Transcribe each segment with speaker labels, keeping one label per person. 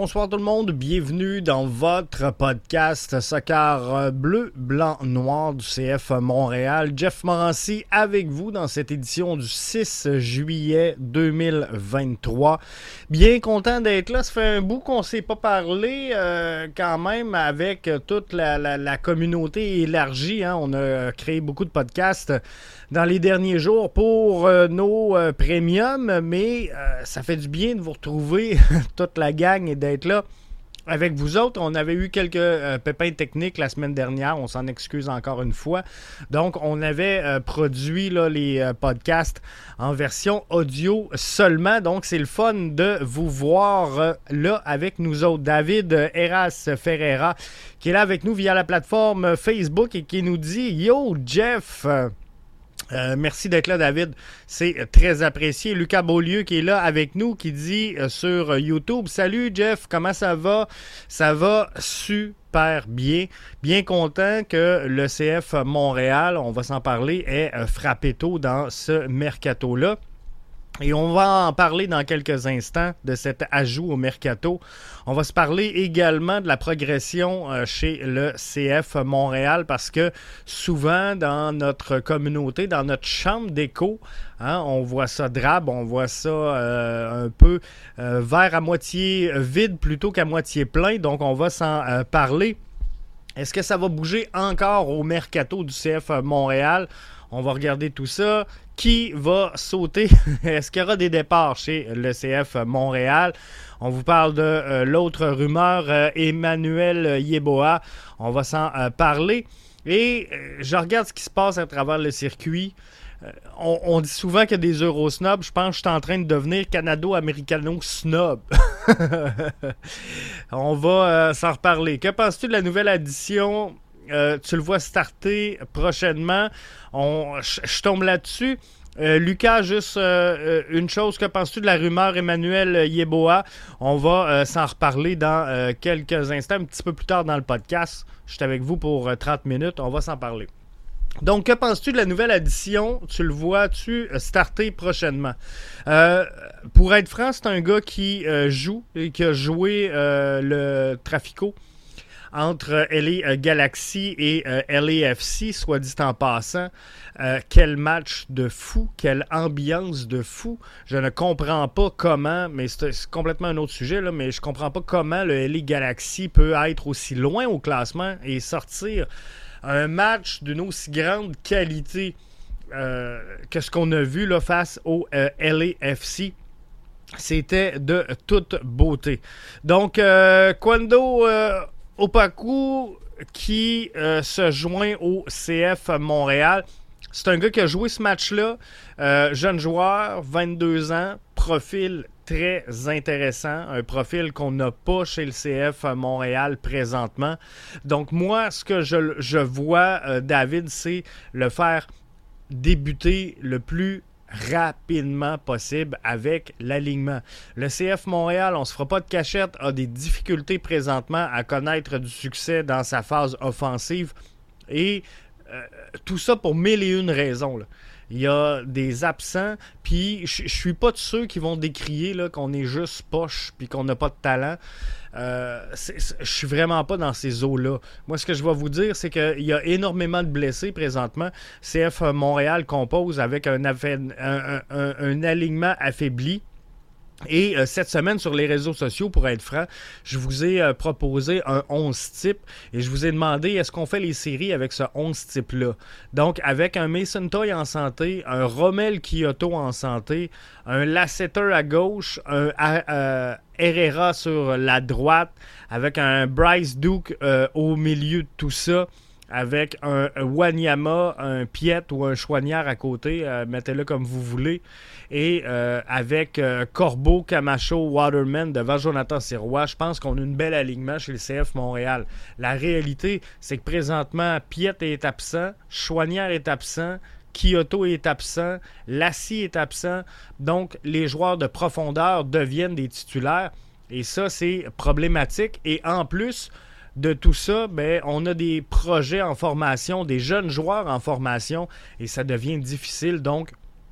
Speaker 1: Bonsoir tout le monde, bienvenue dans votre podcast Soccer bleu, blanc, noir du CF Montréal. Jeff Morancy avec vous dans cette édition du 6 juillet 2023. Bien content d'être là, ça fait un bout qu'on ne s'est pas parlé quand même avec toute la communauté élargie. Hein. On a créé beaucoup de podcasts dans les derniers jours pour nos premiums, mais ça fait du bien de vous retrouver toute la gang et d'être là avec vous autres. On avait eu quelques pépins techniques la semaine dernière, on s'en excuse encore une fois. Donc, on avait produit là, les podcasts en version audio seulement. Donc, c'est le fun de vous voir là avec nous autres. David Eras Ferreira, qui est là avec nous via la plateforme Facebook et qui nous dit « Yo, Jeff !» merci d'être là, David. C'est très apprécié. Lucas Beaulieu qui est là avec nous, qui dit sur YouTube « Salut, Jeff, comment ça va? » Ça va super bien. Bien content que le CF Montréal, on va s'en parler, ait frappé tôt dans ce mercato-là. Et on va en parler dans quelques instants de cet ajout au mercato. On va se parler également de la progression chez le CF Montréal parce que souvent dans notre communauté, dans notre chambre d'écho, hein, on voit ça drabe, on voit ça un peu verre à moitié vide plutôt qu'à moitié plein. Donc on va s'en parler. Est-ce que ça va bouger encore au mercato du CF Montréal? On va regarder tout ça. Qui va sauter? Est-ce qu'il y aura des départs chez le CF Montréal? On vous parle de l'autre rumeur, Emmanuel Yeboah. On va s'en parler. Et je regarde ce qui se passe à travers le circuit. On dit souvent qu'il y a des Eurosnobs. Je pense que je suis en train de devenir Canado-Americano-snob. On va s'en reparler. Que penses-tu de la nouvelle addition? Tu le vois starter prochainement. Je tombe là-dessus. Lucas, juste une chose. Que penses-tu de la rumeur Emmanuel Yeboah? On va s'en reparler dans quelques instants, un petit peu plus tard dans le podcast. Je suis avec vous pour 30 minutes. On va s'en parler. Donc, que penses-tu de la nouvelle addition? Tu le vois-tu starter prochainement? Pour être franc, c'est un gars qui joue et qui a joué le Trafico entre LA Galaxy et LAFC, soit dit en passant. Quel match de fou, quelle ambiance de fou. Je ne comprends pas comment, mais c'est complètement un autre sujet, là, mais je ne comprends pas comment le LA Galaxy peut être aussi loin au classement et sortir un match d'une aussi grande qualité que ce qu'on a vu là, face au LAFC. C'était de toute beauté. Donc, Kwando Opoku qui se joint au CF Montréal. C'est un gars qui a joué ce match-là. Jeune joueur, 22 ans, profil très intéressant. Un profil qu'on n'a pas chez le CF Montréal présentement. Donc moi, ce que je vois, David, c'est le faire débuter le plus rapidement possible avec l'alignement. Le CF Montréal, on se fera pas de cachette, a des difficultés présentement à connaître du succès dans sa phase offensive et tout ça pour mille et une raisons, là. Il y a des absents, puis je suis pas de ceux qui vont décrier là, qu'on est juste poche puis qu'on n'a pas de talent. Je suis vraiment pas dans ces eaux-là. Moi, ce que je vais vous dire, c'est qu'il y a énormément de blessés présentement. CF Montréal compose avec un alignement affaibli. Et cette semaine, sur les réseaux sociaux, pour être franc, je vous ai proposé un 11 type et je vous ai demandé est-ce qu'on fait les séries avec ce 11 type-là. Donc, avec un Mason Toye en santé, un Romel Kyoto en santé, un Lasseter à gauche, un Herrera sur la droite, avec un Bryce Duke au milieu de tout ça, avec un Wanyama, un Piet ou un Chouanière à côté, mettez-le comme vous voulez, et avec Corbeau, Camacho, Waterman devant Jonathan Sirois, je pense qu'on a une belle alignement chez le CF Montréal. La réalité, c'est que présentement, Piet est absent, Chouanière est absent, Kyoto est absent, Lassie est absent, donc les joueurs de profondeur deviennent des titulaires, et ça, c'est problématique, et en plus de tout ça, ben, on a des projets en formation, des jeunes joueurs en formation, et ça devient difficile, donc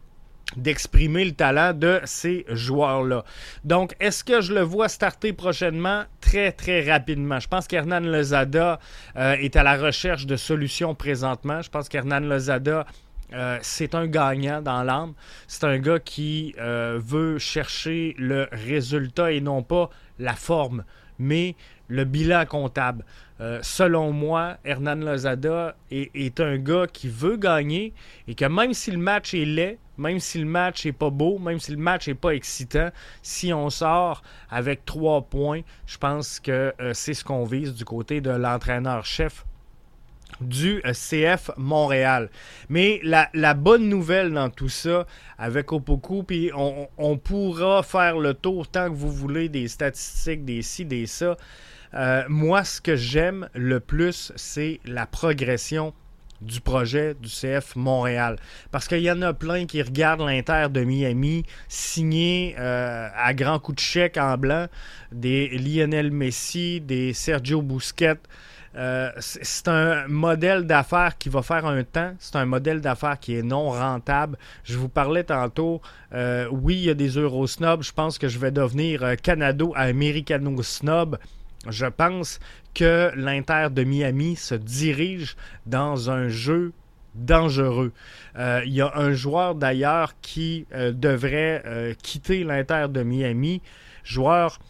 Speaker 1: d'exprimer le talent de ces joueurs-là. Donc, est-ce que je le vois starter prochainement? Très, très rapidement. Je pense qu'Hernan Lozada est à la recherche de solutions présentement. Je pense qu'Hernan Lozada, c'est un gagnant dans l'âme. C'est un gars qui veut chercher le résultat et non pas la forme, mais le bilan comptable. Selon moi, Hernan Lozada est un gars qui veut gagner et que même si le match est laid, même si le match n'est pas beau, même si le match n'est pas excitant, si on sort avec 3 points, je pense que c'est ce qu'on vise du côté de l'entraîneur-chef du CF Montréal. Mais la bonne nouvelle dans tout ça, avec Opoku, puis on pourra faire le tour tant que vous voulez des statistiques, des ci, des ça. Moi, ce que j'aime le plus, c'est la progression du projet du CF Montréal. Parce qu'il y en a plein qui regardent l'Inter de Miami signer à grands coups de chèque en blanc des Lionel Messi, des Sergio Busquets. C'est un modèle d'affaires qui va faire un temps. C'est un modèle d'affaires qui est non rentable. Je vous parlais tantôt, oui, il y a des Euro-snobs. Je pense que je vais devenir Canado-Americano-snob. Je pense que l'Inter de Miami se dirige dans un jeu dangereux. Il y a un joueur d'ailleurs qui devrait quitter l'Inter de Miami, joueur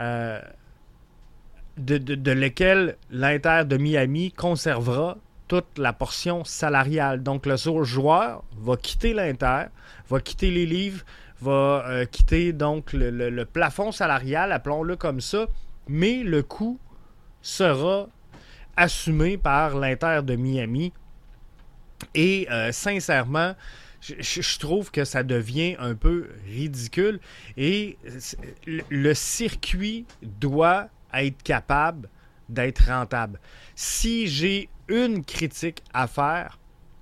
Speaker 1: de lequel l'Inter de Miami conservera toute la portion salariale. Donc le joueur va quitter l'Inter, va quitter les livres, va quitter donc le plafond salarial, appelons-le comme ça, mais le coût sera assumé par l'Inter de Miami. Et sincèrement, je trouve que ça devient un peu ridicule. Et le circuit doit être capable d'être rentable. Si j'ai une critique à faire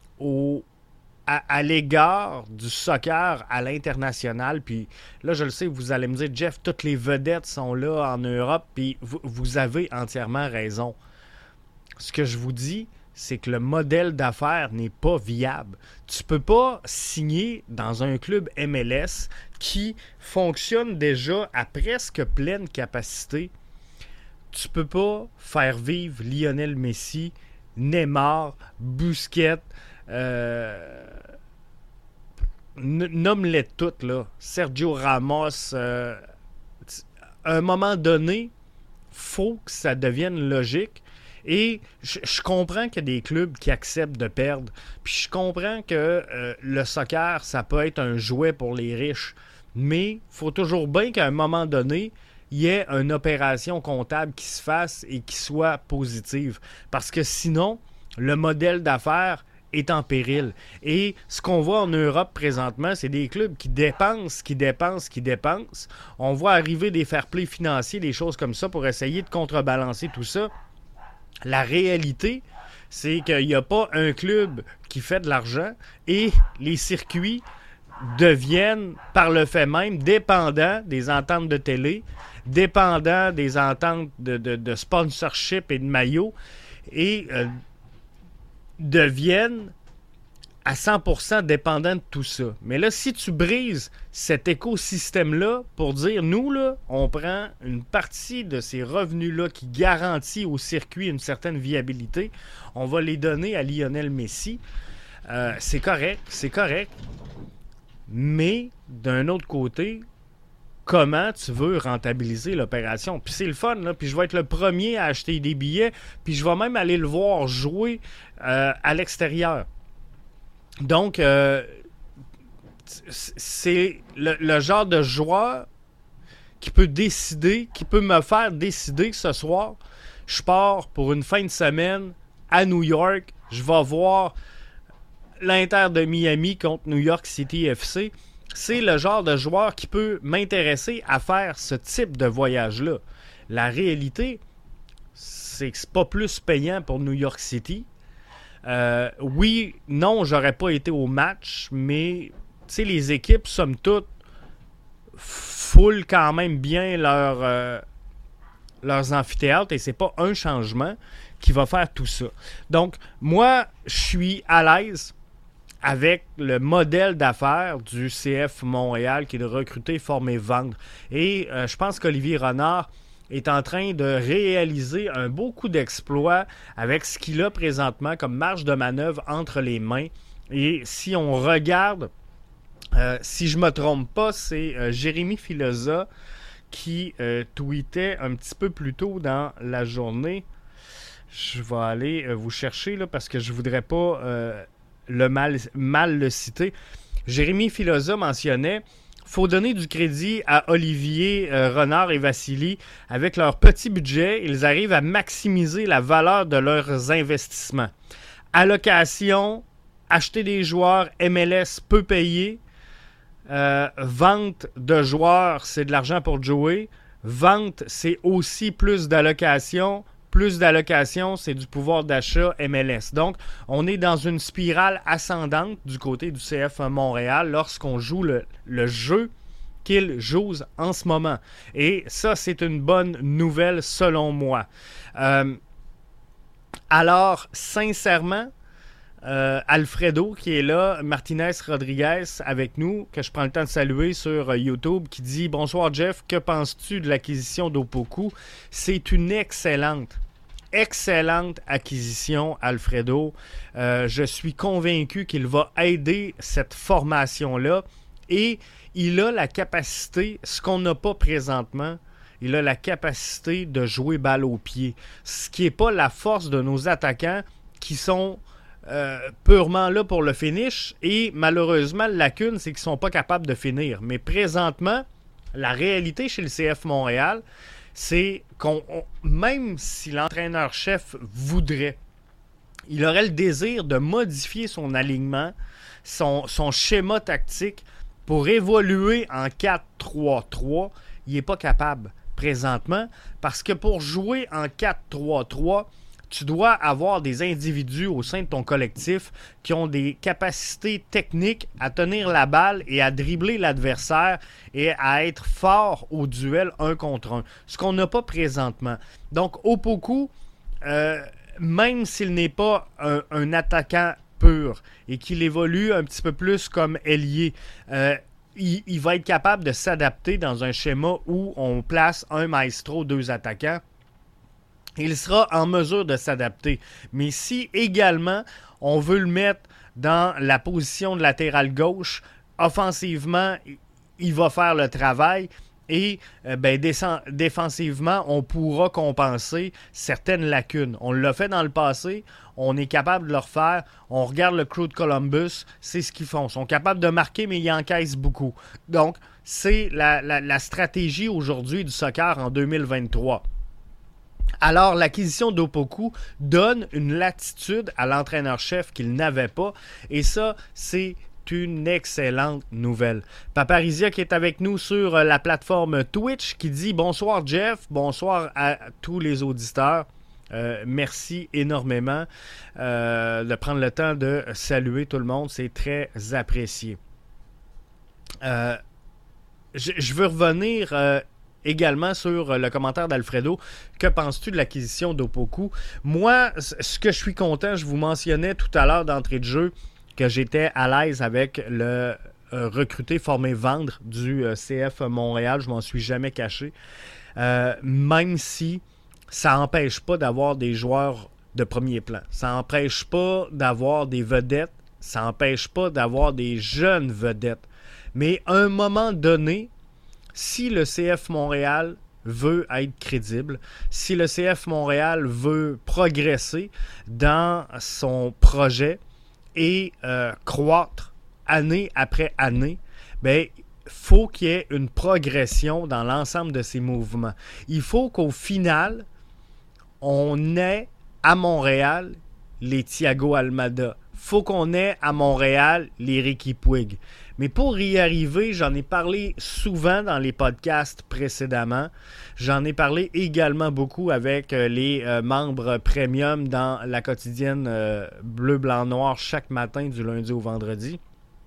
Speaker 1: à l'égard du soccer à l'international, puis là, je le sais, vous allez me dire, Jeff, toutes les vedettes sont là en Europe, puis vous avez entièrement raison. Ce que je vous dis, c'est que le modèle d'affaires n'est pas viable. Tu peux pas signer dans un club MLS qui fonctionne déjà à presque pleine capacité. Tu peux pas faire vivre Lionel Messi, Neymar, Busquets, nomme-les toutes, là. Sergio Ramos. À un moment donné, faut que ça devienne logique. Et je comprends qu'il y a des clubs qui acceptent de perdre. Puis je comprends que le soccer, ça peut être un jouet pour les riches. Mais il faut toujours bien qu'à un moment donné, il y ait une opération comptable qui se fasse et qui soit positive. Parce que sinon, le modèle d'affaires est en péril. Et ce qu'on voit en Europe présentement, c'est des clubs qui dépensent. On voit arriver des fair-play financiers, des choses comme ça pour essayer de contrebalancer tout ça. La réalité, c'est qu'il n'y a pas un club qui fait de l'argent et les circuits deviennent, par le fait même, dépendants des ententes de télé, dépendants des ententes de sponsorship et de maillots et deviennent à 100% dépendants de tout ça. Mais là, si tu brises cet écosystème-là pour dire, nous, là, on prend une partie de ces revenus-là qui garantit au circuit une certaine viabilité, on va les donner à Lionel Messi, c'est correct. Mais, d'un autre côté, comment tu veux rentabiliser l'opération? Puis c'est le fun, là. Puis je vais être le premier à acheter des billets, puis je vais même aller le voir jouer à l'extérieur. Donc, c'est le genre de joueur qui peut décider, qui peut me faire décider que ce soir, je pars pour une fin de semaine à New York, je vais voir l'Inter de Miami contre New York City FC. C'est le genre de joueur qui peut m'intéresser à faire ce type de voyage-là. La réalité, c'est que c'est pas plus payant pour New York City. Oui, non, j'aurais pas été au match, mais les équipes, somme toute, foulent quand même bien leurs amphithéâtres et c'est pas un changement qui va faire tout ça. Donc, moi, je suis à l'aise avec le modèle d'affaires du CF Montréal qui est de recruter, former, vendre. Et je pense qu'Olivier Renard est en train de réaliser un beau coup d'exploit avec ce qu'il a présentement comme marge de manœuvre entre les mains. Et si on regarde, si je ne me trompe pas, c'est Jérémy Filosa qui tweetait un petit peu plus tôt dans la journée. Je vais aller vous chercher là, parce que je ne voudrais pas mal le citer. Jérémy Filosa mentionnait: faut donner du crédit à Olivier Renard et Vassili. Avec leur petit budget, ils arrivent à maximiser la valeur de leurs investissements. Allocation, acheter des joueurs, MLS peut payer. Vente de joueurs, c'est de l'argent pour jouer. Vente, c'est aussi plus d'allocation. Plus d'allocation, c'est du pouvoir d'achat MLS. Donc, on est dans une spirale ascendante du côté du CF Montréal lorsqu'on joue le jeu qu'ils jouent en ce moment. Et ça, c'est une bonne nouvelle selon moi. Alors, sincèrement, Alfredo qui est là, Martinez Rodriguez avec nous, que je prends le temps de saluer sur YouTube, qui dit: bonsoir Jeff, que penses-tu de l'acquisition d'Opoku? C'est une excellente acquisition, Alfredo. Je suis convaincu qu'il va aider cette formation-là et il a la capacité, ce qu'on n'a pas présentement, il a la capacité de jouer balle au pied, ce qui n'est pas la force de nos attaquants qui sont purement là pour le finish, et malheureusement, la lacune, c'est qu'ils ne sont pas capables de finir. Mais présentement, la réalité chez le CF Montréal, c'est même si l'entraîneur-chef voudrait, il aurait le désir de modifier son alignement, son schéma tactique pour évoluer en 4-3-3, il n'est pas capable présentement, parce que pour jouer en 4-3-3, tu dois avoir des individus au sein de ton collectif qui ont des capacités techniques à tenir la balle et à dribbler l'adversaire et à être fort au duel 1 contre 1. Ce qu'on n'a pas présentement. Donc, Opoku, même s'il n'est pas un attaquant pur et qu'il évolue un petit peu plus comme ailier, il va être capable de s'adapter dans un schéma où on place un maestro, 2 attaquants. Il sera en mesure de s'adapter. Mais si également on veut le mettre dans la position de latéral gauche, offensivement, il va faire le travail et défensivement, on pourra compenser certaines lacunes. On l'a fait dans le passé, on est capable de le refaire. On regarde le Crew de Columbus, c'est ce qu'ils font. Ils sont capables de marquer, mais ils encaissent beaucoup. Donc, c'est la stratégie aujourd'hui du soccer en 2023. Alors, l'acquisition d'Opoku donne une latitude à l'entraîneur-chef qu'il n'avait pas. Et ça, c'est une excellente nouvelle. Paparizia qui est avec nous sur la plateforme Twitch qui dit: bonsoir Jeff, bonsoir à tous les auditeurs. Merci énormément de prendre le temps de saluer tout le monde. C'est très apprécié. Je veux revenir également sur le commentaire d'Alfredo. Que penses-tu de l'acquisition d'Opoku? Moi, ce que je suis content, je vous mentionnais tout à l'heure d'entrée de jeu que j'étais à l'aise avec le recruter, former, vendre du CF Montréal. Je m'en suis jamais caché. Même si ça n'empêche pas d'avoir des joueurs de premier plan. Ça n'empêche pas d'avoir des vedettes. Ça n'empêche pas d'avoir des jeunes vedettes. Mais à un moment donné, si le CF Montréal veut être crédible, si le CF Montréal veut progresser dans son projet et croître année après année, bien, faut qu'il y ait une progression dans l'ensemble de ces mouvements. Il faut qu'au final, on ait à Montréal les Thiago Almada. Faut qu'on ait à Montréal les Ricky Puig. Mais pour y arriver, j'en ai parlé souvent dans les podcasts précédemment. J'en ai parlé également beaucoup avec les membres premium dans la quotidienne bleu, blanc, noir chaque matin du lundi au vendredi.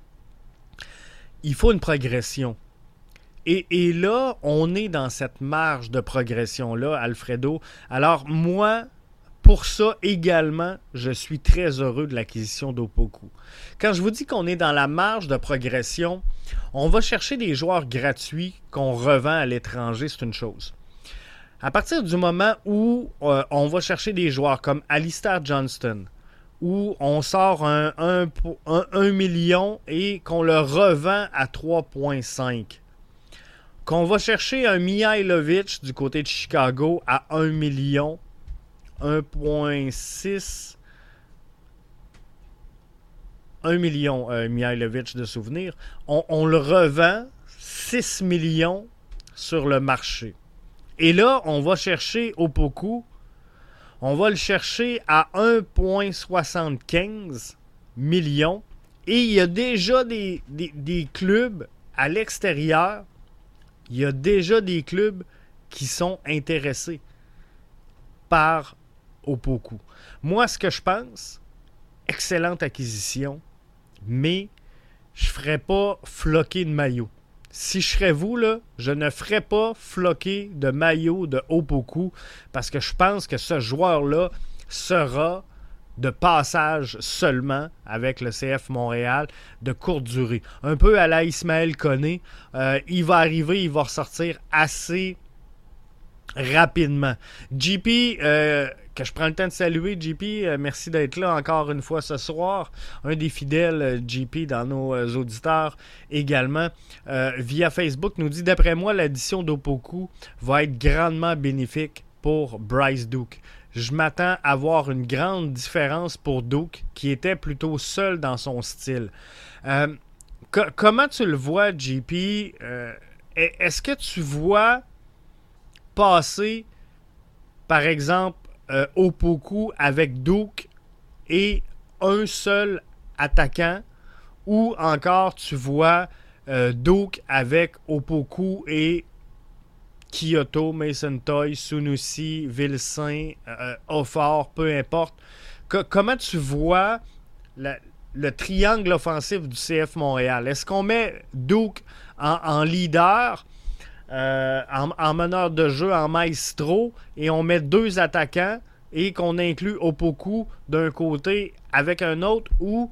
Speaker 1: Il faut une progression. Et là, on est dans cette marge de progression-là, Alfredo. Alors moi, pour ça également, je suis très heureux de l'acquisition d'Opoku. Quand je vous dis qu'on est dans la marge de progression, on va chercher des joueurs gratuits qu'on revend à l'étranger, c'est une chose. À partir du moment où on va chercher des joueurs comme Alistair Johnston, où on sort un million et qu'on le revend à 3,5, qu'on va chercher un Mihailovic du côté de Chicago à 1 million, 1,6, 1 million Mihailovic de souvenirs, on le revend 6 millions sur le marché. Et là, on va chercher Opoku, on va le chercher à 1,75 millions. Et il y a déjà des clubs à l'extérieur, il y a déjà des clubs qui sont intéressés par Opoku. Moi, ce que je pense, excellente acquisition, mais je ne ferais pas floquer de maillot. Si je serais vous, là, je ne ferais pas floquer de maillot de Opoku parce que je pense que ce joueur-là sera de passage seulement avec le CF Montréal de courte durée. Un peu à la Ismaël Koné. Il va arriver, il va ressortir assez rapidement. JP, que je prends le temps de saluer, JP, merci d'être là encore une fois ce soir. Un des fidèles JP dans nos auditeurs également. Via Facebook, nous dit, d'après moi, l'addition d'Opoku va être grandement bénéfique pour Bryce Duke. Je m'attends à voir une grande différence pour Duke, qui était plutôt seul dans son style. Comment tu le vois, JP? Est-ce que tu vois passer, par exemple, Opoku avec Duke et un seul attaquant, ou encore tu vois Duke avec Opoku et Kyoto, Mason Toy, Sunusi, Vilsain, Offort, peu importe. Comment tu vois le triangle offensif du CF Montréal? Est-ce qu'on met Duke en leader, en meneur de jeu, en maestro, et on met deux attaquants et qu'on inclut Opoku d'un côté avec un autre, ou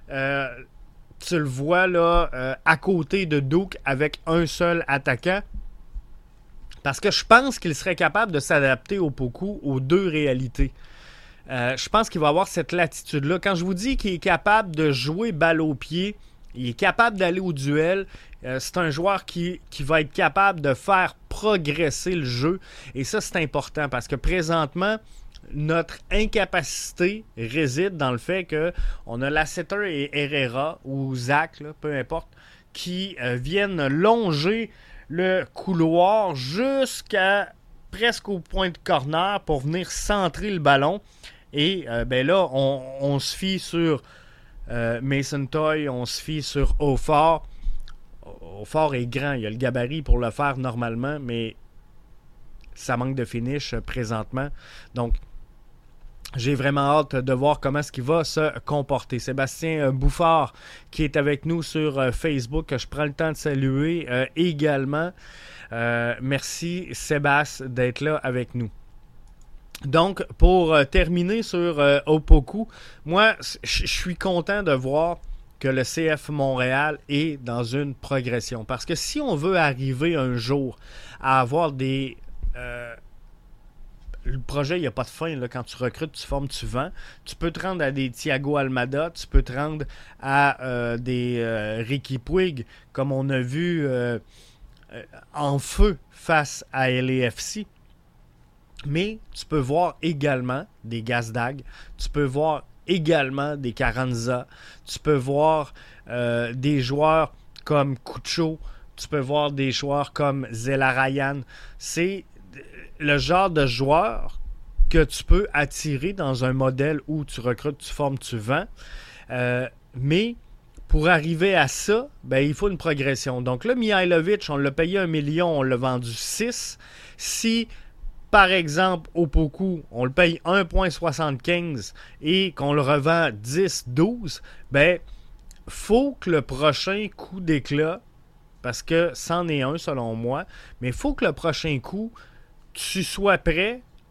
Speaker 1: tu le vois là à côté de Duke avec un seul attaquant? Parce que je pense qu'il serait capable de s'adapter Opoku aux deux réalités. Je pense qu'il va avoir cette latitude-là. Quand je vous dis qu'il est capable de jouer balle au pied, il est capable d'aller au duel, c'est un joueur qui va être capable de faire progresser le jeu. Et ça, c'est important parce que présentement, notre incapacité réside dans le fait qu'on a Lasseter et Herrera, ou Zach, là, peu importe, qui viennent longer le couloir jusqu'à presque au point de corner pour venir centrer le ballon. Et là, on se fie sur Mason Toy, on se fie sur Offort. Offort est grand, il a le gabarit pour le faire normalement, mais ça manque de finish présentement. Donc, j'ai vraiment hâte de voir comment est-ce qu'il va se comporter. Sébastien Bouffard, qui est avec nous sur Facebook, que je prends le temps de saluer également. Merci Sébastien d'être là avec nous. Donc, pour terminer sur Opoku, moi, je suis content de voir que le CF Montréal est dans une progression. Parce que si on veut arriver un jour à avoir des... le projet, il n'y a pas de fin. Là. Quand tu recrutes, tu formes, tu vends. Tu peux te rendre à des Thiago Almada, tu peux te rendre à des Ricky Puig, comme on a vu en feu face à LAFC. Mais tu peux voir également des Gazdag, tu peux voir également des Carranza, tu peux voir des joueurs comme Cucho, tu peux voir des joueurs comme Zelarayan. C'est le genre de joueur que tu peux attirer dans un modèle où tu recrutes, tu formes, tu vends. Mais pour arriver à ça, il faut une progression. Donc là, Mihailovic, on l'a payé 1 million, on l'a vendu 6. Si, par exemple, Opoku, on le paye 1,75 et qu'on le revend 10, 12, faut que le prochain coup d'éclat, parce que c'en est un selon moi, mais il faut que le prochain coup, tu sois prêt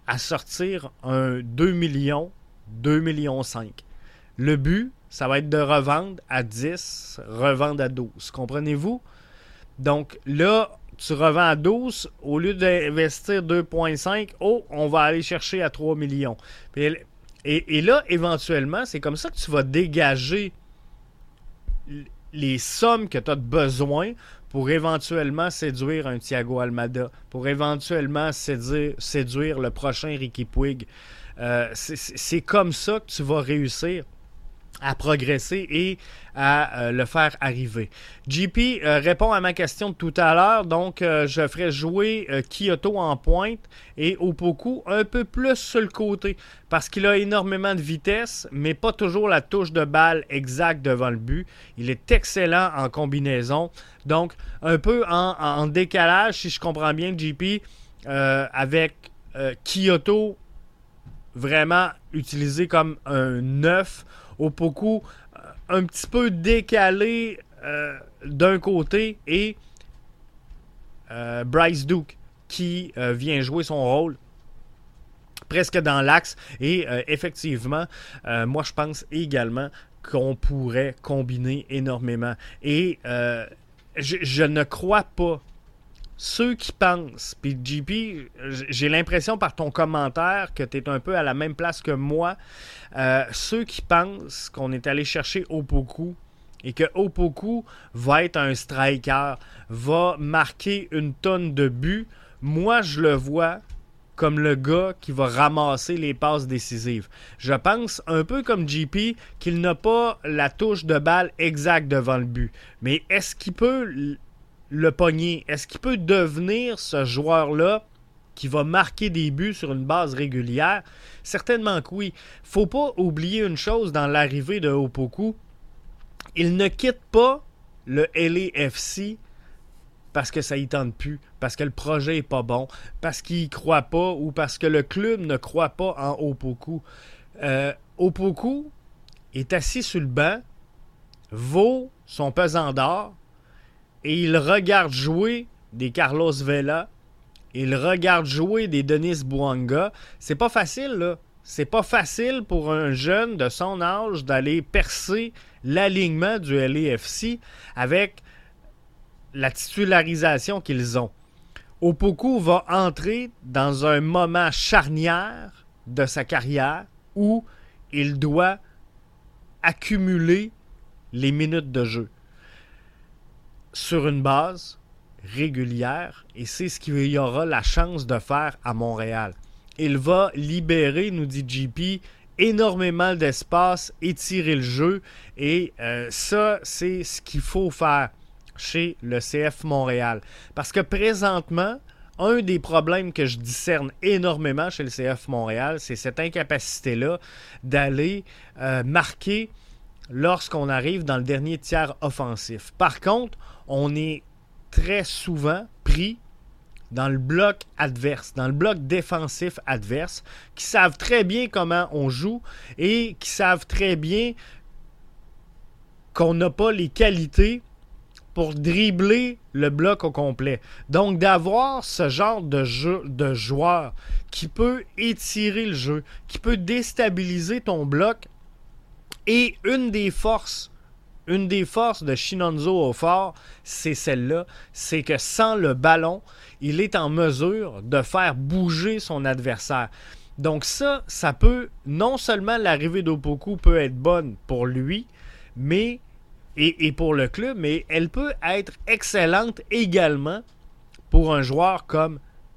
Speaker 1: à sortir un 2 millions, 2 millions 5. Le but, ça va être de revendre à 10, revendre à 12. Comprenez-vous? Donc là, tu revends à 12, au lieu d'investir 2,5, on va aller chercher à 3 millions. Et là, éventuellement, c'est comme ça que tu vas dégager les sommes que tu as besoin pour éventuellement séduire un Thiago Almada, pour éventuellement séduire le prochain Ricky Puig. C'est comme ça que tu vas réussir à progresser et à le faire arriver. JP répond à ma question de tout à l'heure, donc je ferai jouer Kyoto en pointe et Opoku un peu plus sur le côté, parce qu'il a énormément de vitesse, mais pas toujours la touche de balle exacte devant le but. Il est excellent en combinaison, donc un peu en décalage, si je comprends bien, JP, avec Kyoto vraiment utilisé comme un 9, Opoku un petit peu décalé d'un côté et Bryce Duke qui vient jouer son rôle presque dans l'axe et effectivement moi je pense également qu'on pourrait combiner énormément et je ne crois pas ceux qui pensent, puis JP, j'ai l'impression par ton commentaire que tu es un peu à la même place que moi, ceux qui pensent qu'on est allé chercher Opoku et que Opoku va être un striker, va marquer une tonne de buts, moi je le vois comme le gars qui va ramasser les passes décisives. Je pense, un peu comme JP, qu'il n'a pas la touche de balle exacte devant le but. Mais est-ce qu'il peut le pogner? Est-ce qu'il peut devenir ce joueur-là qui va marquer des buts sur une base régulière? Certainement que oui. Faut pas oublier une chose dans l'arrivée de Opoku. Il ne quitte pas le LAFC parce que ça y tente plus, parce que le projet est pas bon, parce qu'il y croit pas ou parce que le club ne croit pas en Opoku. Opoku est assis sur le banc, vaut son pesant d'or, et il regarde jouer des Carlos Vela, il regarde jouer des Denis Bouanga. C'est pas facile, là. C'est pas facile pour un jeune de son âge d'aller percer l'alignement du LAFC avec la titularisation qu'ils ont. Opoku va entrer dans un moment charnière de sa carrière où il doit accumuler les minutes de jeu sur une base régulière, et c'est ce qu'il y aura la chance de faire à Montréal. Il va libérer, nous dit JP, énormément d'espace, étirer le jeu, et ça, c'est ce qu'il faut faire chez le CF Montréal. Parce que présentement, un des problèmes que je discerne énormément chez le CF Montréal, c'est cette incapacité-là d'aller marquer lorsqu'on arrive dans le dernier tiers offensif. Par contre, on est très souvent pris dans le bloc adverse, dans le bloc défensif adverse, qui savent très bien comment on joue et qui savent très bien qu'on n'a pas les qualités pour dribbler le bloc au complet. Donc, d'avoir ce genre de joueur qui peut étirer le jeu, qui peut déstabiliser ton bloc, et une des forces de Chinonso Offor, c'est celle-là, c'est que sans le ballon, il est en mesure de faire bouger son adversaire. Donc ça peut, non seulement l'arrivée d'Opoku peut être bonne pour lui, mais et pour le club, mais elle peut être excellente également pour un joueur comme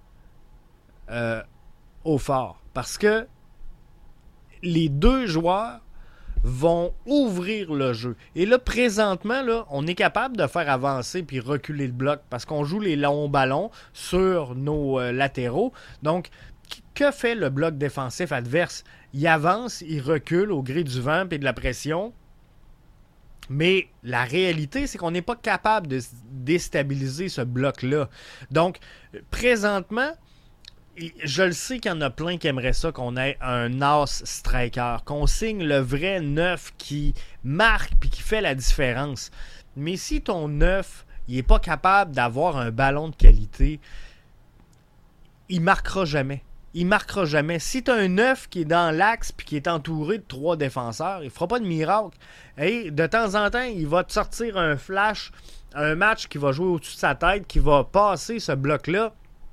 Speaker 1: Offor. Parce que les deux joueurs vont ouvrir le jeu. Et là, présentement, là, on est capable de faire avancer puis reculer le bloc parce qu'on joue les longs ballons sur nos latéraux. Donc, que fait le bloc défensif adverse? Il avance, il recule au gré du vent et de la pression. Mais la réalité, c'est qu'on n'est pas capable de déstabiliser ce bloc-là. Donc, présentement, je le sais qu'il y en a plein qui aimeraient ça, qu'on ait un as striker, qu'on signe le vrai neuf qui marque puis qui fait la différence. Mais si ton neuf, il n'est pas capable d'avoir un ballon de qualité, il marquera jamais. il marquera jamais. Si tu as un 9 qui est dans l'axe puis qui est entouré de 3 défenseurs, il fera pas de miracle. Et de temps en temps, il va te sortir un flash, un match qui va jouer au-dessus de sa tête, qui va passer ce bloc-là,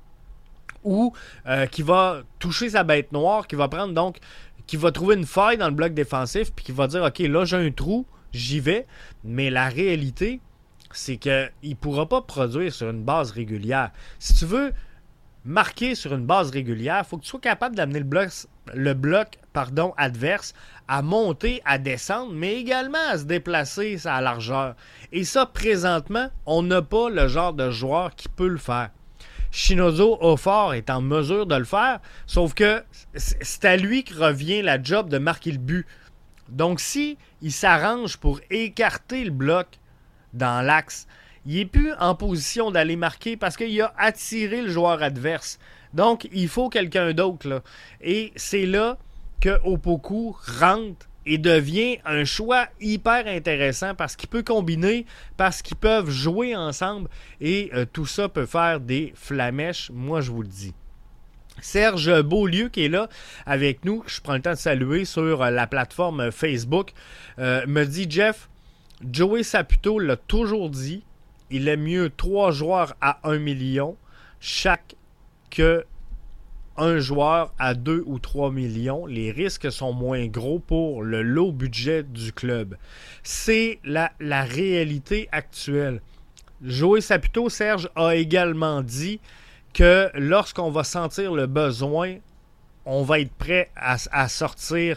Speaker 1: ou qui va toucher sa bête noire, qui va prendre donc, qui va trouver une faille dans le bloc défensif, puis qui va dire, OK, là, j'ai un trou, j'y vais. Mais la réalité, c'est qu'il ne pourra pas produire sur une base régulière. Si tu veux marquer sur une base régulière, il faut que tu sois capable d'amener le bloc adverse à monter, à descendre, mais également à se déplacer à largeur. Et ça, présentement, on n'a pas le genre de joueur qui peut le faire. Chinozo Ofort est en mesure de le faire, sauf que c'est à lui que revient la job de marquer le but. Donc, si il s'arrange pour écarter le bloc dans l'axe, il n'est plus en position d'aller marquer parce qu'il a attiré le joueur adverse. Donc, il faut quelqu'un d'autre, là. Et c'est là que Opoku rentre et devient un choix hyper intéressant parce qu'il peut combiner, parce qu'ils peuvent jouer ensemble et tout ça peut faire des flamèches, moi je vous le dis. Serge Beaulieu qui est là avec nous, je prends le temps de saluer sur la plateforme Facebook, me dit Jeff, Joey Saputo l'a toujours dit, il est mieux 3 joueurs à 1 million chaque que un joueur à 2 ou 3 millions. Les risques sont moins gros pour le low budget du club. C'est la réalité actuelle. Joey Saputo, Serge, a également dit que lorsqu'on va sentir le besoin, on va être prêt à sortir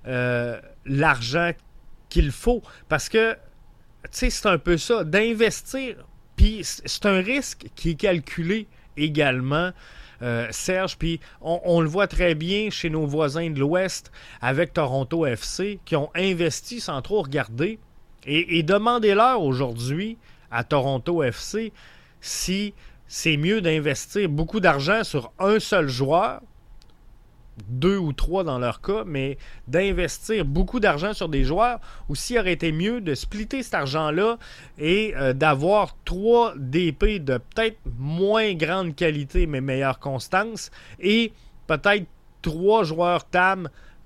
Speaker 1: l'argent qu'il faut. Parce que, tu sais, c'est un peu ça, d'investir. Puis c'est un risque qui est calculé également, Serge. Puis on le voit très bien chez nos voisins de l'Ouest avec Toronto FC qui ont investi sans trop regarder. Et demandez-leur aujourd'hui à Toronto FC si c'est mieux d'investir beaucoup d'argent sur un seul joueur, 2 ou 3 dans leur cas, mais d'investir beaucoup d'argent sur des joueurs, ou s'il aurait été mieux de splitter cet argent-là et d'avoir 3 DP de peut-être moins grande qualité, mais meilleure constance, et peut-être 3 joueurs TAM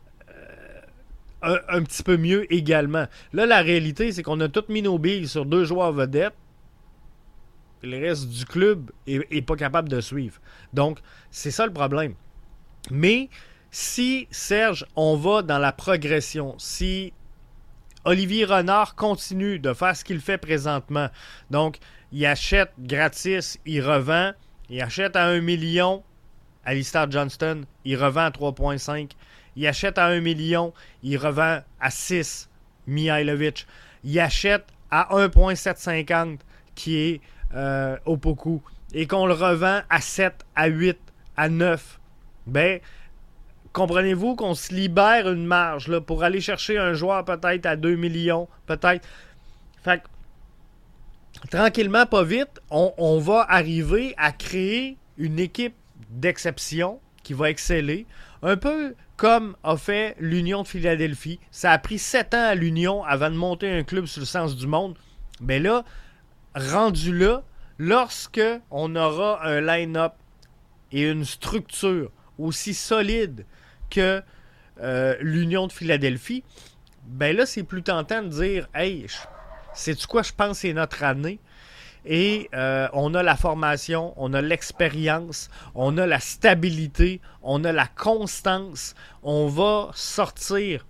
Speaker 1: un petit peu mieux également. Là, la réalité, c'est qu'on a tout mis nos billes sur 2 joueurs vedettes, et le reste du club est pas capable de suivre. Donc, c'est ça le problème. Mais si, Serge, on va dans la progression, si Olivier Renard continue de faire ce qu'il fait présentement, donc il achète gratis, il revend, il achète à 1 million Alistair Johnston, il revend à 3,5, il achète à 1 million, il revend à 6 Mihailovic, il achète à 1,750 qui est Opoku, et qu'on le revend à 7, à 8, à 9, ben, comprenez-vous qu'on se libère une marge là, pour aller chercher un joueur peut-être à 2 millions, peut-être. Fait que, tranquillement, pas vite, on va arriver à créer une équipe d'exception qui va exceller, un peu comme a fait l'Union de Philadelphie. Ça a pris 7 ans à l'Union avant de monter un club sur le sens du monde. Mais là, rendu là, lorsque on aura un line-up et une structure aussi solide que l'Union de Philadelphie, ben là, c'est plus tentant de dire « Hey, sais-tu quoi, je pense que c'est notre année. » Et on a la formation, on a l'expérience, on a la stabilité, on a la constance. On va sortir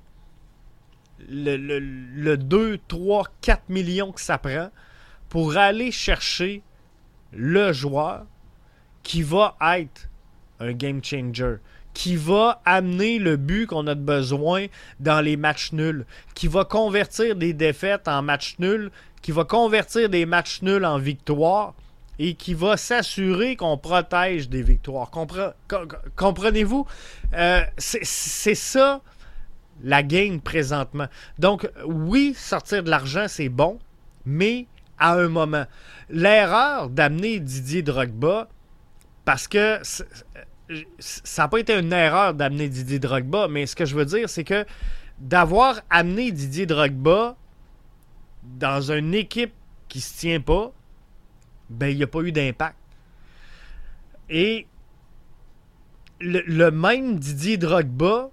Speaker 1: le 2, 3, 4 millions que ça prend pour aller chercher le joueur qui va être un game changer, qui va amener le but qu'on a de besoin dans les matchs nuls, qui va convertir des défaites en matchs nuls, qui va convertir des matchs nuls en victoires et qui va s'assurer qu'on protège des victoires. Comprenez-vous? C'est ça la game présentement. Donc, oui, sortir de l'argent, c'est bon, mais à un moment. L'erreur d'amener Didier Drogba, parce que ça n'a pas été une erreur d'amener Didier Drogba, mais ce que je veux dire, c'est que d'avoir amené Didier Drogba dans une équipe qui ne se tient pas, ben il n'y a pas eu d'impact. Et le même Didier Drogba,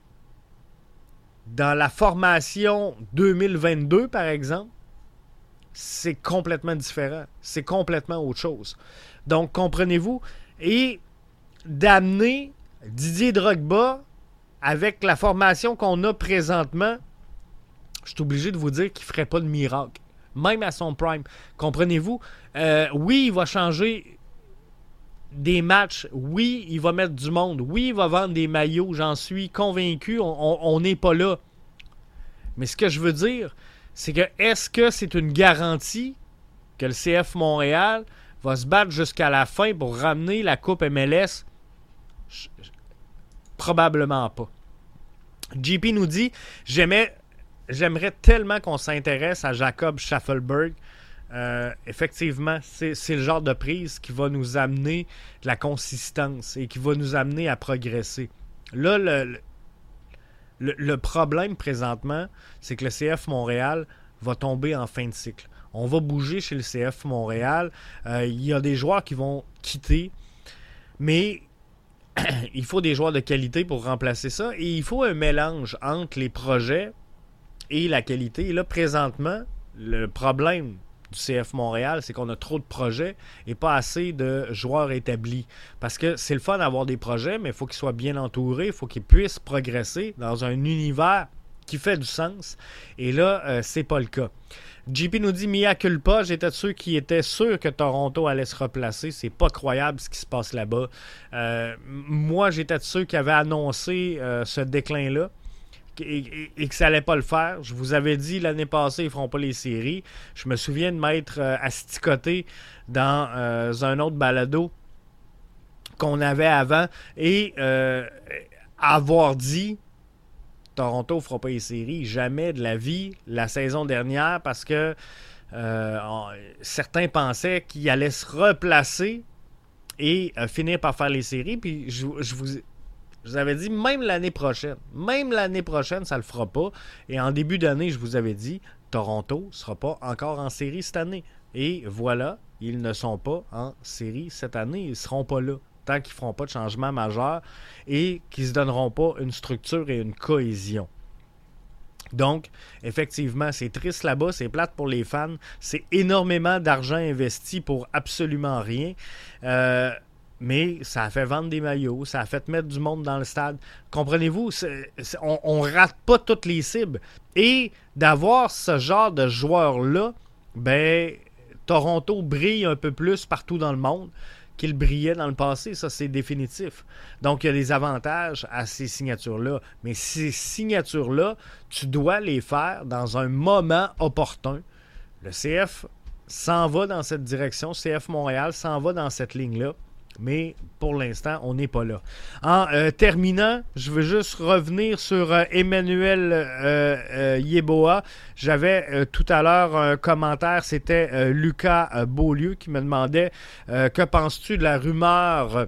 Speaker 1: dans la formation 2022, par exemple, c'est complètement différent. C'est complètement autre chose. Donc, comprenez-vous? Et d'amener Didier Drogba avec la formation qu'on a présentement, je suis obligé de vous dire qu'il ne ferait pas de miracle. Même à son prime. Comprenez-vous? Oui, il va changer des matchs. Oui, il va mettre du monde. Oui, il va vendre des maillots. J'en suis convaincu. On n'est pas là. Mais ce que je veux dire, c'est que est-ce que c'est une garantie que le CF Montréal va se battre jusqu'à la fin pour ramener la Coupe MLS? Probablement pas. JP nous dit, j'aimerais tellement qu'on s'intéresse à Jacob Schaffelberg. Effectivement, c'est le genre de prise qui va nous amener de la consistance et qui va nous amener à progresser. Là, le problème présentement, c'est que le CF Montréal va tomber en fin de cycle. On va bouger chez le CF Montréal. Il y a des joueurs qui vont quitter, mais il faut des joueurs de qualité pour remplacer ça. Et il faut un mélange entre les projets et la qualité. Et là, présentement, le problème du CF Montréal, c'est qu'on a trop de projets et pas assez de joueurs établis. Parce que c'est le fun d'avoir des projets, mais il faut qu'ils soient bien entourés, il faut qu'ils puissent progresser dans un univers qui fait du sens. Et là, c'est pas le cas. JP nous dit Mia culpa, j'étais de ceux qui étaient sûrs que Toronto allait se replacer. C'est pas croyable ce qui se passe là-bas. Moi, j'étais de ceux qui avaient annoncé ce déclin-là et que ça allait pas le faire. Je vous avais dit l'année passée, ils feront pas les séries. Je me souviens de m'être asticoté dans un autre balado qu'on avait avant et avoir dit Toronto ne fera pas les séries. Jamais de la vie la saison dernière parce que certains pensaient qu'il allait se replacer et finir par faire les séries. Puis je vous avais dit, même l'année prochaine, ça ne le fera pas. Et en début d'année, je vous avais dit, Toronto ne sera pas encore en série cette année. Et voilà, ils ne sont pas en série cette année. Ils ne seront pas là tant qu'ils ne feront pas de changement majeur et qu'ils ne se donneront pas une structure et une cohésion. Donc, effectivement, c'est triste là-bas, c'est plate pour les fans, c'est énormément d'argent investi pour absolument rien. Mais ça a fait vendre des maillots, ça a fait mettre du monde dans le stade. Comprenez-vous, on rate pas toutes les cibles. Et d'avoir ce genre de joueurs-là, ben, Toronto brille un peu plus partout dans le monde qu'il brillait dans le passé, ça c'est définitif. Donc il y a des avantages à ces signatures-là. Mais ces signatures-là, tu dois les faire dans un moment opportun. Le CF s'en va dans cette direction, CF Montréal s'en va dans cette ligne-là. Mais pour l'instant, on n'est pas là. En terminant, je veux juste revenir sur Emmanuel Yeboah. J'avais tout à l'heure un commentaire, c'était Lucas Beaulieu qui me demandait que penses-tu de la rumeur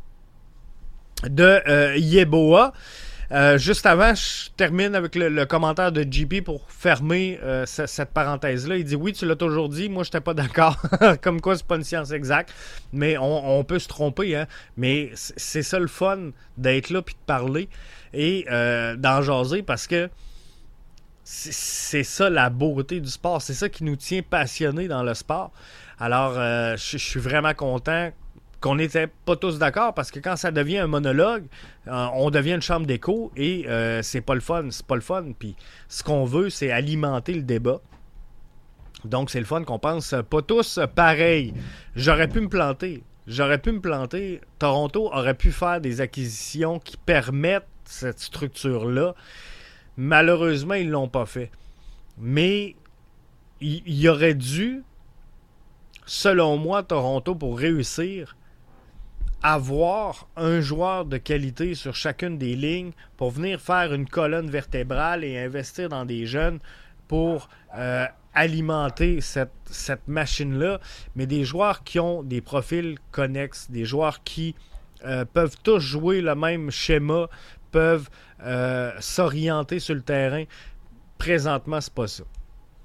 Speaker 1: de Yeboah? Juste avant, je termine avec le commentaire de JP pour fermer cette parenthèse-là. Il dit oui, tu l'as toujours dit, moi je n'étais pas d'accord. Comme quoi, c'est pas une science exacte. Mais on peut se tromper, hein. Mais c'est ça le fun d'être là puis de parler et d'en jaser parce que c'est ça la beauté du sport. C'est ça qui nous tient passionnés dans le sport. Alors, je suis vraiment content qu'on n'était pas tous d'accord parce que quand ça devient un monologue, on devient une chambre d'écho et c'est pas le fun. C'est pas le fun. Puis ce qu'on veut, c'est alimenter le débat. Donc c'est le fun qu'on pense pas tous pareil. J'aurais pu me planter. Toronto aurait pu faire des acquisitions qui permettent cette structure-là. Malheureusement, ils l'ont pas fait. Mais il aurait dû, selon moi, Toronto, pour réussir, avoir un joueur de qualité sur chacune des lignes pour venir faire une colonne vertébrale et investir dans des jeunes pour alimenter cette machine-là, mais des joueurs qui ont des profils connexes, des joueurs qui peuvent tous jouer le même schéma, peuvent s'orienter sur le terrain. Présentement, c'est pas ça.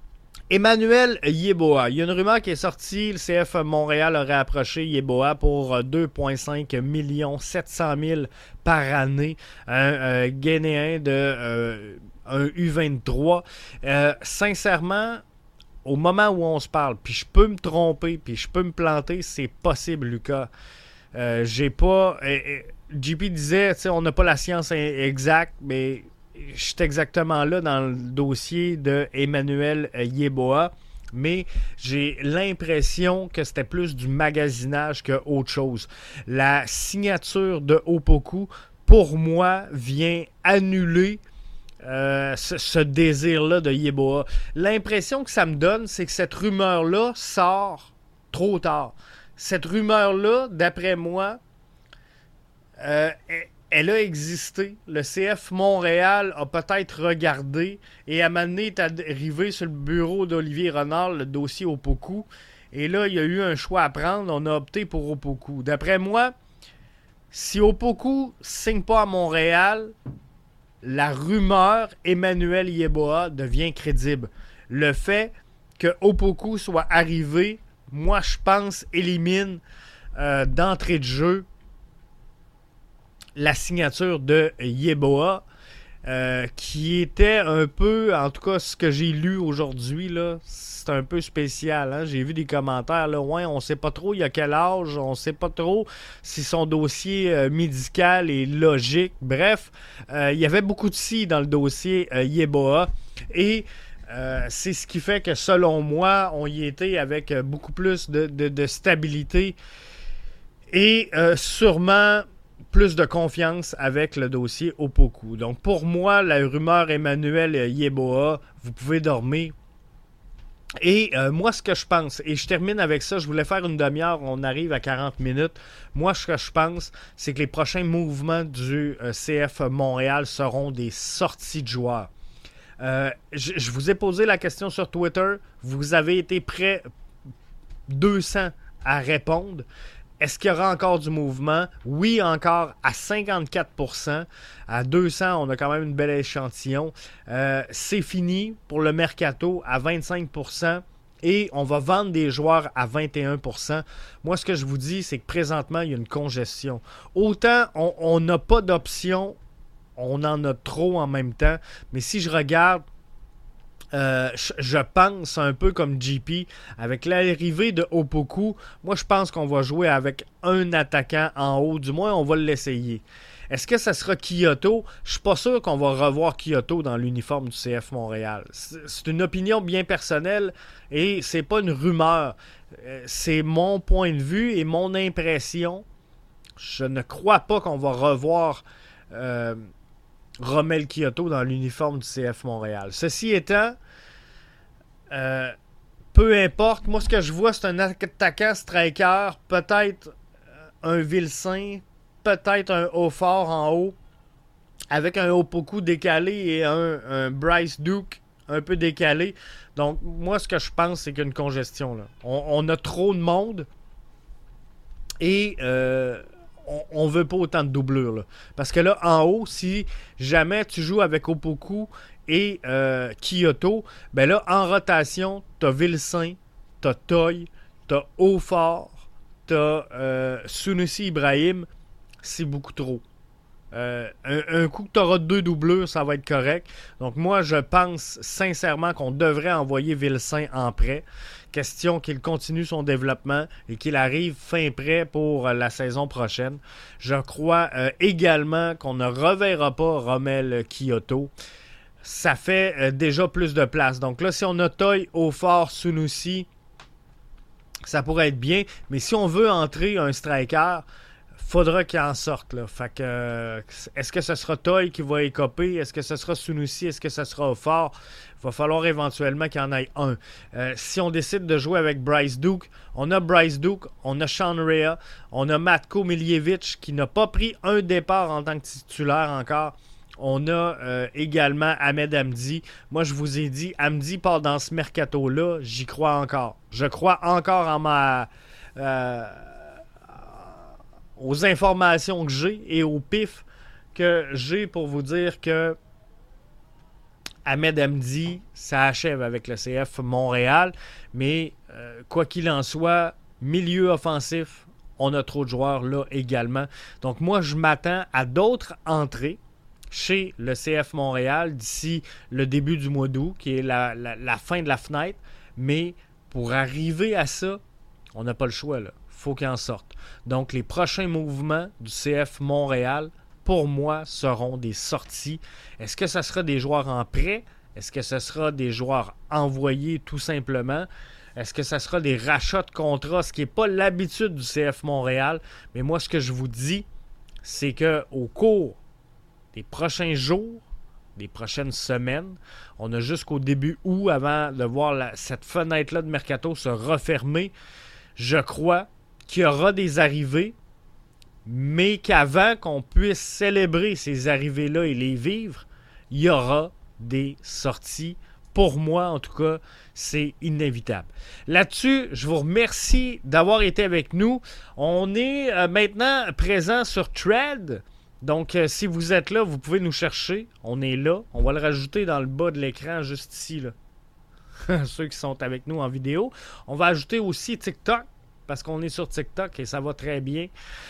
Speaker 1: Emmanuel Yeboah. Il y a une rumeur qui est sortie. Le CF Montréal aurait approché Yeboah pour 2,5 700 000 par année. Un Guinéen de un U23. Sincèrement, au moment où on se parle, puis je peux me tromper, puis je peux me planter, c'est possible, Lucas. J'ai pas... JP disait, on n'a pas la science exacte, mais je suis exactement là dans le dossier de Emmanuel Yeboah, mais j'ai l'impression que c'était plus du magasinage qu'autre chose. La signature de Opoku, pour moi, vient annuler ce désir-là de Yeboah. L'impression que ça me donne, c'est que cette rumeur-là sort trop tard. Cette rumeur-là, d'après moi, elle a existé. Le CF Montréal a peut-être regardé et à un moment donné est arrivé sur le bureau d'Olivier Renard le dossier Opoku. Et là, il y a eu un choix à prendre. On a opté pour Opoku. D'après moi, si Opoku ne signe pas à Montréal, la rumeur Emmanuel Yeboah devient crédible. Le fait que Opoku soit arrivé, moi, je pense, élimine d'entrée de jeu la signature de Yeboah, qui était un peu, en tout cas ce que j'ai lu aujourd'hui, là, c'est un peu spécial. Hein? J'ai vu des commentaires, là, ouais, on sait pas trop il a quel âge, on sait pas trop si son dossier médical est logique. Bref, il y avait beaucoup de si dans le dossier Yeboah et c'est ce qui fait que selon moi, on y était avec beaucoup plus de stabilité et sûrement plus de confiance avec le dossier Opoku. Donc, pour moi, la rumeur Emmanuel Yeboah, vous pouvez dormir. Et moi, ce que je pense, et je termine avec ça, je voulais faire une demi-heure, on arrive à 40 minutes. Moi, ce que je pense, c'est que les prochains mouvements du CF Montréal seront des sorties de joueurs. Je vous ai posé la question sur Twitter. Vous avez été près 200 à répondre. Est-ce qu'il y aura encore du mouvement? Oui, encore à 54%. À 200, on a quand même une belle échantillon. C'est fini pour le mercato à 25%. Et on va vendre des joueurs à 21%. Moi, ce que je vous dis, c'est que présentement, il y a une congestion. Autant on n'a pas d'options, on en a trop en même temps. Mais si je regarde, je pense un peu comme JP, avec l'arrivée de Opoku, moi je pense qu'on va jouer avec un attaquant en haut, du moins on va l'essayer. Est-ce que ça sera Kyoto? Je suis pas sûr qu'on va revoir Kyoto dans l'uniforme du CF Montréal. C'est une opinion bien personnelle et c'est pas une rumeur. C'est mon point de vue et mon impression. Je ne crois pas qu'on va revoir Romel Kyoto dans l'uniforme du CF Montréal. Ceci étant, peu importe, moi ce que je vois c'est un attaquant striker, peut-être un Vilsain, peut-être un Haut-Fort en haut, avec un Opoku décalé et un Bryce Duke un peu décalé. Donc moi ce que je pense c'est qu'il y a une congestion là. On a trop de monde et on veut pas autant de doublures. Là. Parce que là, en haut, si jamais tu joues avec Opoku et Kyoto, ben là, en rotation, t'as Vilsain, t'as Toy, t'as Haut-Fort, t'as Sunusi Ibrahim. C'est beaucoup trop. Un coup que tu auras 2 doublures, ça va être correct. Donc moi, je pense sincèrement qu'on devrait envoyer Vilsain en prêt. Question qu'il continue son développement et qu'il arrive fin prêt pour la saison prochaine. Je crois également qu'on ne reverra pas Romel Kyoto. Ça fait déjà plus de place. Donc là, si on a Toy, Haut-Fort, Sunusi, ça pourrait être bien. Mais si on veut entrer un striker, faudra qu'il en sorte. Là. Fait que, est-ce que ce sera Toy qui va écoper? Est-ce que ce sera Sunusi? Est-ce que ce sera Haut-Fort? Il va falloir éventuellement qu'il y en ait un. Si on décide de jouer avec Bryce Duke, on a Bryce Duke, on a Sean Rea, on a Matko Miljevic qui n'a pas pris un départ en tant que titulaire encore. On a également Ahmed Hamdi. Moi, je vous ai dit, Hamdi part dans ce mercato-là, j'y crois encore. Je crois encore en aux informations que j'ai et au pif que j'ai pour vous dire que Ahmed Hamdi, ça achève avec le CF Montréal. Mais quoi qu'il en soit, milieu offensif, on a trop de joueurs là également. Donc moi, je m'attends à d'autres entrées chez le CF Montréal d'ici le début du mois d'août, qui est la fin de la fenêtre. Mais pour arriver à ça, on n'a pas le choix, là. Faut qu'il en sorte. Donc, les prochains mouvements du CF Montréal, pour moi, seront des sorties. Est-ce que ce sera des joueurs en prêt? Est-ce que ce sera des joueurs envoyés tout simplement? Est-ce que ce sera des rachats de contrats? Ce qui n'est pas l'habitude du CF Montréal. Mais moi, ce que je vous dis, c'est qu'au cours des prochains jours, des prochaines semaines, on a jusqu'au début août avant de voir cette fenêtre-là de mercato se refermer. Je crois qu'il y aura des arrivées, mais qu'avant qu'on puisse célébrer ces arrivées-là et les vivre, il y aura des sorties. Pour moi, en tout cas, c'est inévitable. Là-dessus, je vous remercie d'avoir été avec nous. On est maintenant présent sur Thread. Donc, si vous êtes là, vous pouvez nous chercher. On est là. On va le rajouter dans le bas de l'écran, juste ici, là. Ceux qui sont avec nous en vidéo. On va ajouter aussi TikTok, parce qu'on est sur TikTok et ça va très bien.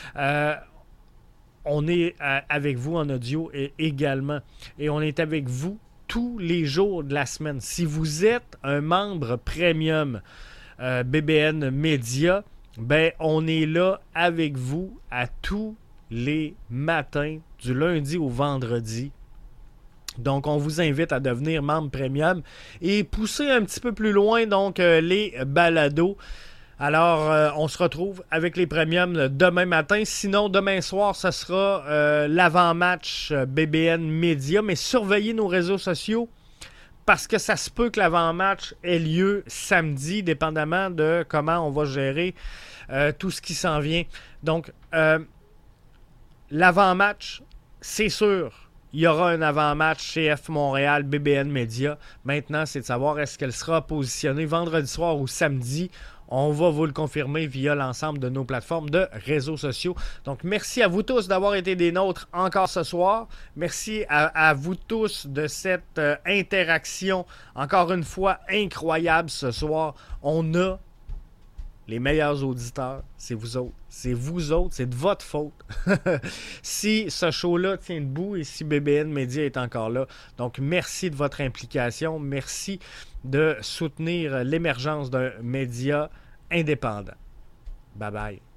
Speaker 1: On est avec vous en audio également. Et on est avec vous tous les jours de la semaine. Si vous êtes un membre premium BBN Media, ben on est là avec vous à tous les matins, du lundi au vendredi. Donc, on vous invite à devenir membre premium et pousser un petit peu plus loin donc les balados. Alors, on se retrouve avec les premiums demain matin. Sinon, demain soir, ce sera l'avant-match BBN Media. Mais surveillez nos réseaux sociaux parce que ça se peut que l'avant-match ait lieu samedi, dépendamment de comment on va gérer tout ce qui s'en vient. Donc, l'avant-match, c'est sûr, il y aura un avant-match chez F Montréal, BBN Media. Maintenant, c'est de savoir est-ce qu'elle sera positionnée vendredi soir ou samedi. On va vous le confirmer via l'ensemble de nos plateformes de réseaux sociaux. Donc, merci à vous tous d'avoir été des nôtres encore ce soir. Merci à vous tous de cette interaction encore une fois incroyable ce soir. On a les meilleurs auditeurs, c'est vous autres. C'est vous autres, c'est de votre faute. Si ce show-là tient debout et si BBN Media est encore là. Donc, merci de votre implication. Merci de soutenir l'émergence d'un média indépendant. Bye bye.